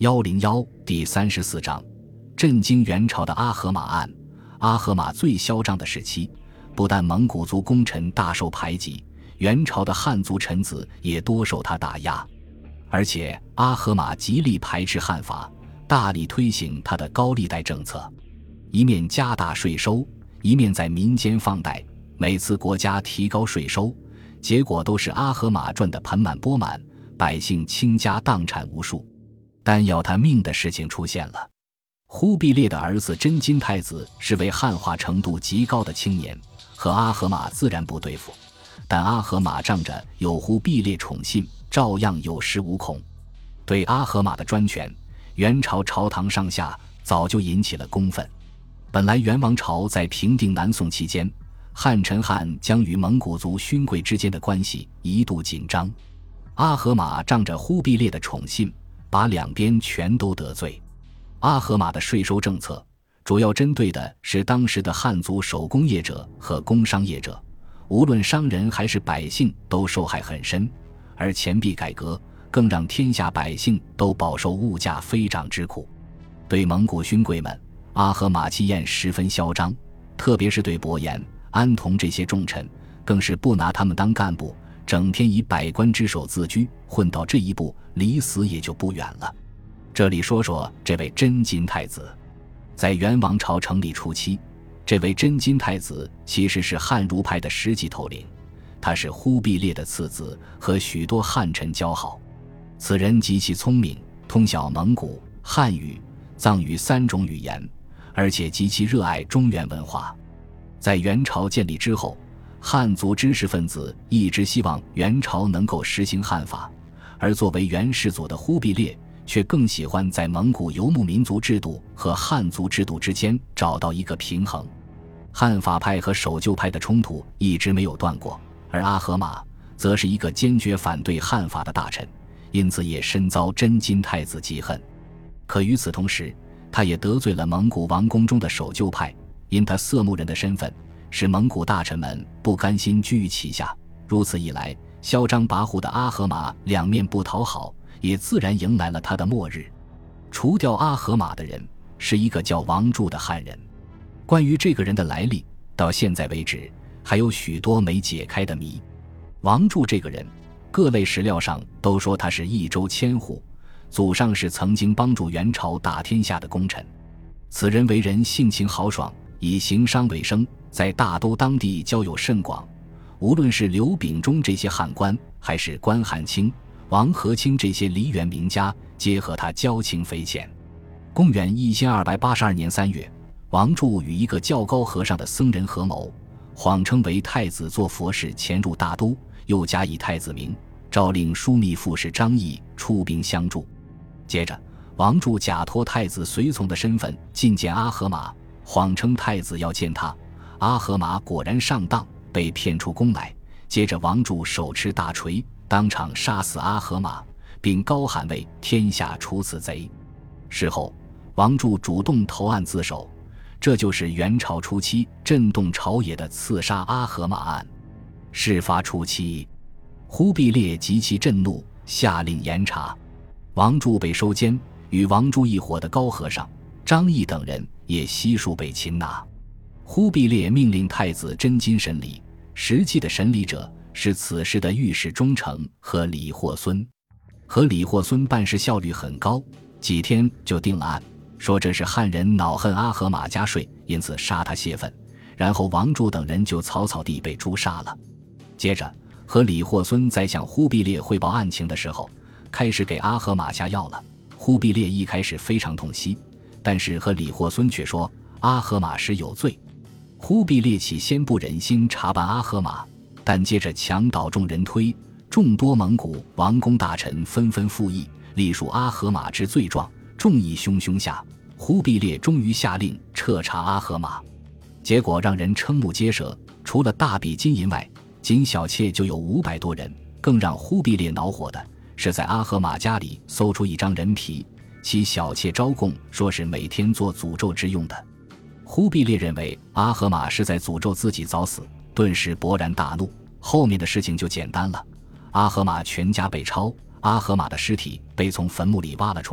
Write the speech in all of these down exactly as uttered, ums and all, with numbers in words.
一零一第三十四章，震惊元朝的阿合马案。阿合马最嚣张的时期，不但蒙古族功臣大受排挤，元朝的汉族臣子也多受他打压。而且阿合马极力排斥汉法，大力推行他的高利贷政策，一面加大税收，一面在民间放贷。每次国家提高税收，结果都是阿合马赚得盆满钵满，百姓倾家荡产无数。但要他命的事情出现了。忽必烈的儿子真金太子是位汉化程度极高的青年，和阿合马自然不对付，但阿合马仗着有忽必烈宠信，照样有恃无恐。对阿合马的专权，元朝朝堂上下早就引起了公愤。本来元王朝在平定南宋期间，汉陈汉将与蒙古族勋贵之间的关系一度紧张，阿合马仗着忽必烈的宠信，把两边全都得罪。阿合马的税收政策主要针对的是当时的汉族手工业者和工商业者，无论商人还是百姓都受害很深，而钱币改革更让天下百姓都饱受物价飞涨之苦。对蒙古勋贵们，阿合马气焰十分嚣张，特别是对伯颜、安童这些重臣，更是不拿他们当干部，整天以百官之首自居，混到这一步，离死也就不远了。这里说说这位真金太子。在元王朝成立初期，这位真金太子其实是汉儒派的实际头领，他是忽必烈的次子，和许多汉臣交好。此人极其聪明，通晓蒙古、汉语、藏语三种语言，而且极其热爱中原文化。在元朝建立之后，汉族知识分子一直希望元朝能够实行汉法，而作为元世祖的忽必烈却更喜欢在蒙古游牧民族制度和汉族制度之间找到一个平衡。汉法派和守旧派的冲突一直没有断过，而阿合马则是一个坚决反对汉法的大臣，因此也深遭真金太子嫉恨。可与此同时，他也得罪了蒙古王宫中的守旧派，因他色目人的身份，使蒙古大臣们不甘心居于其下。如此一来，嚣张跋扈的阿合马两面不讨好，也自然迎来了他的末日。除掉阿合马的人是一个叫王柱的汉人。关于这个人的来历，到现在为止还有许多没解开的谜。王柱这个人，各类史料上都说他是益州千户，祖上是曾经帮助元朝打天下的功臣。此人为人性情豪爽，以行商为生，在大都当地交友甚广，无论是刘秉忠这些汉官，还是关汉卿、王和清这些梨园名家，皆和他交情匪浅。公元一千二百八十二年三月，王柱与一个较高和尚的僧人合谋，谎称为太子做佛事潜入大都，又假以太子名，诏令枢密副使张毅出兵相助。接着王柱假托太子随从的身份觐见阿合马，谎称太子要见他。阿合马果然上当，被骗出宫来。接着王柱手持大锤，当场杀死阿合马，并高喊为天下除此贼。事后王柱主动投案自首，这就是元朝初期震动朝野的刺杀阿合马案。事发初期，忽必烈极其震怒，下令严查。王柱被收监，与王柱一伙的高和尚、张毅等人也悉数被擒拿。忽必烈命令太子真金审理，实际的审理者是此事的御史中丞和李霍孙。和李霍孙办事效率很高，几天就定了案，说这是汉人恼恨阿合马加税，因此杀他泄愤，然后王柱等人就草草地被诛杀了。接着和李霍孙在向忽必烈汇报案情的时候，开始给阿合马下药了。忽必烈一开始非常痛惜，但是和李霍孙却说阿合马实有罪。忽必烈起先不忍心查办阿合马，但接着墙倒众人推，众多蒙古王公大臣纷纷附议，隶属阿合马之罪状。众议汹汹下，忽必烈终于下令彻查阿合马。结果让人瞠目结舌，除了大笔金银外，仅小妾就有五百多人。更让忽必烈恼火的是，在阿合马家里搜出一张人皮，其小妾招供说是每天做诅咒之用的。忽必烈认为阿合马是在诅咒自己早死，顿时勃然大怒。后面的事情就简单了，阿合马全家被抄，阿合马的尸体被从坟墓里挖了出来，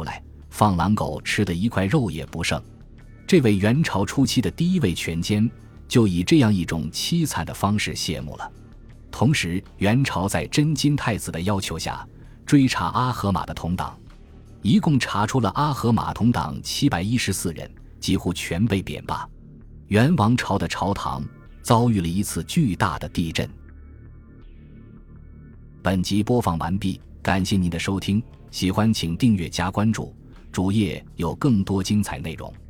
放狼狗吃的一块肉也不剩。这位元朝初期的第一位权奸就以这样一种凄惨的方式谢幕了。同时，元朝在真金太子的要求下追查阿合马的同党，一共查出了阿合马同党七百一十四人，几乎全被贬罢。元王朝的朝堂遭遇了一次巨大的地震。本集播放完毕，感谢您的收听，喜欢请订阅加关注，主页有更多精彩内容。